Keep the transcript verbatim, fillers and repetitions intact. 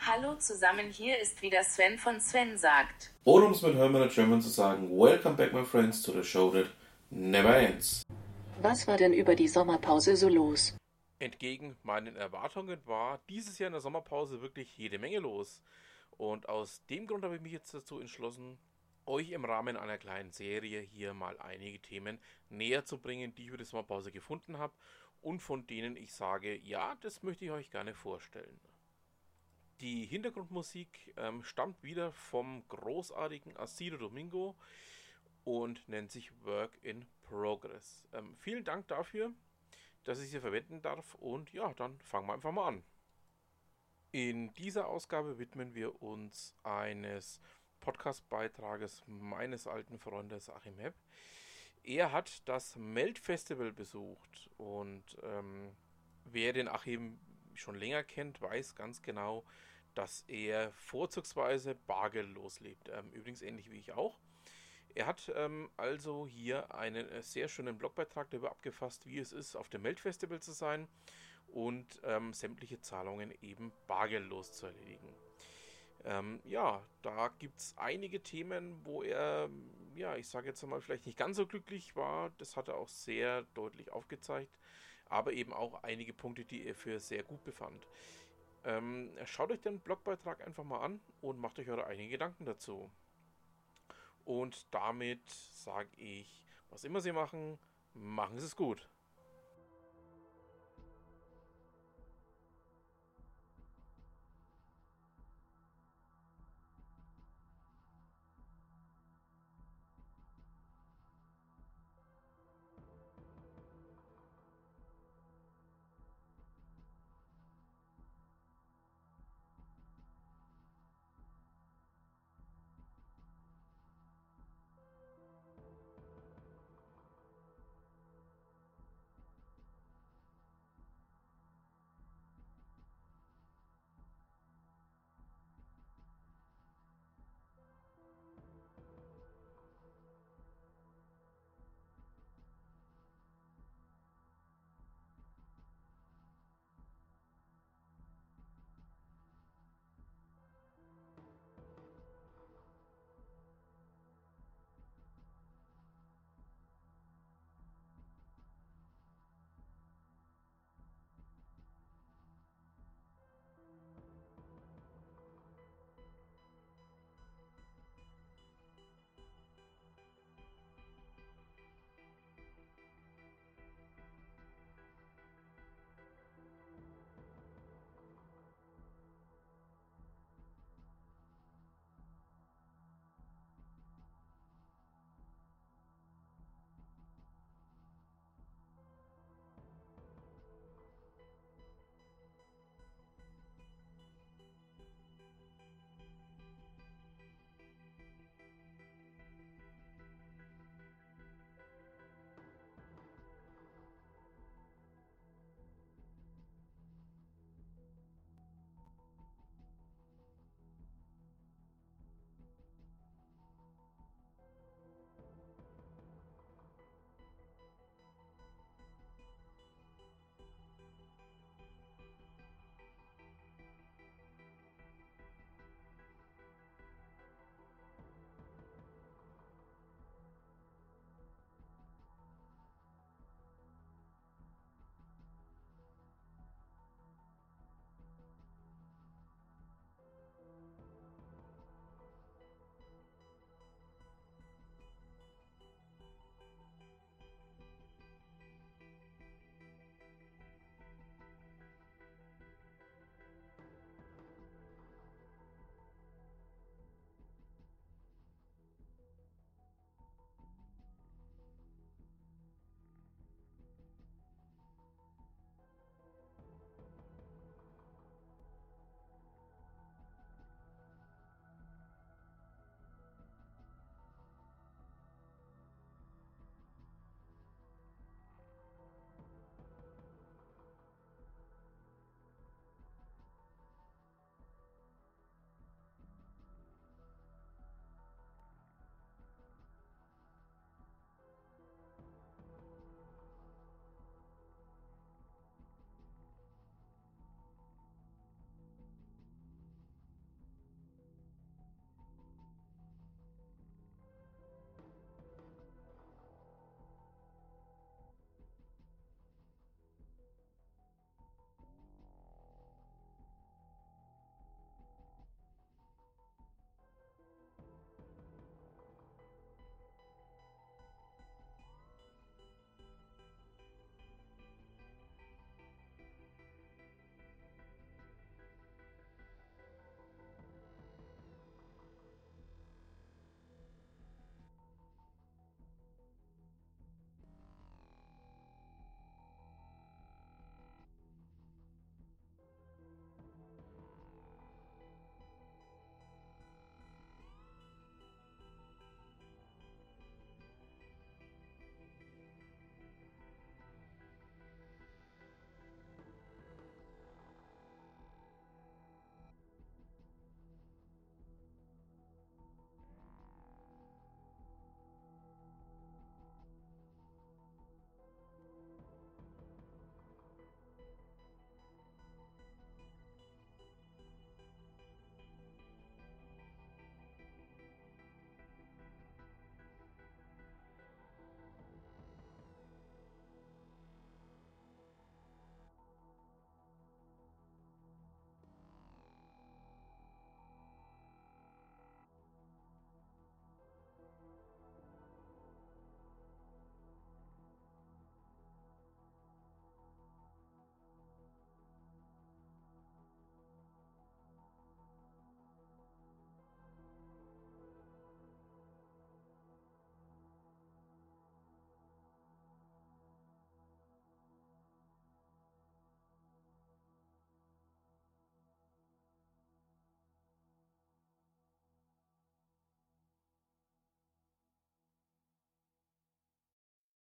Hallo zusammen, hier ist wieder Sven von Sven sagt. Oder um es mit Hermann und German zu sagen, Welcome back my friends to the show that never ends. Was war denn über die Sommerpause so los? Entgegen meinen Erwartungen war dieses Jahr in der Sommerpause wirklich jede Menge los. Und aus dem Grund habe ich mich jetzt dazu entschlossen, euch im Rahmen einer kleinen Serie hier mal einige Themen näher zu bringen, die ich über die Sommerpause gefunden habe und von denen ich sage, ja, das möchte ich euch gerne vorstellen. Die Hintergrundmusik ähm, stammt wieder vom großartigen Acido Domingo und nennt sich Work in Progress. Ähm, vielen Dank dafür, dass ich sie verwenden darf und ja, dann fangen wir einfach mal an. In dieser Ausgabe widmen wir uns eines Podcast-Beitrages meines alten Freundes Achim Hepp. Er hat das Melt-Festival besucht und ähm, wer den Achim schon länger kennt, weiß ganz genau, dass er vorzugsweise bargeldlos lebt. Ähm, übrigens ähnlich wie ich auch. Er hat ähm, also hier einen äh, sehr schönen Blogbeitrag darüber abgefasst, wie es ist, auf dem Melt-Festival zu sein und ähm, sämtliche Zahlungen eben bargeldlos zu erledigen. Ähm, ja, da gibt es einige Themen, wo er, ja, ich sage jetzt mal, vielleicht nicht ganz so glücklich war. Das hat er auch sehr deutlich aufgezeigt. Aber eben auch einige Punkte, die er für sehr gut befand. Ähm, schaut euch den Blogbeitrag einfach mal an und macht euch eure eigenen Gedanken dazu. Und damit sage ich, was immer Sie machen, machen Sie es gut.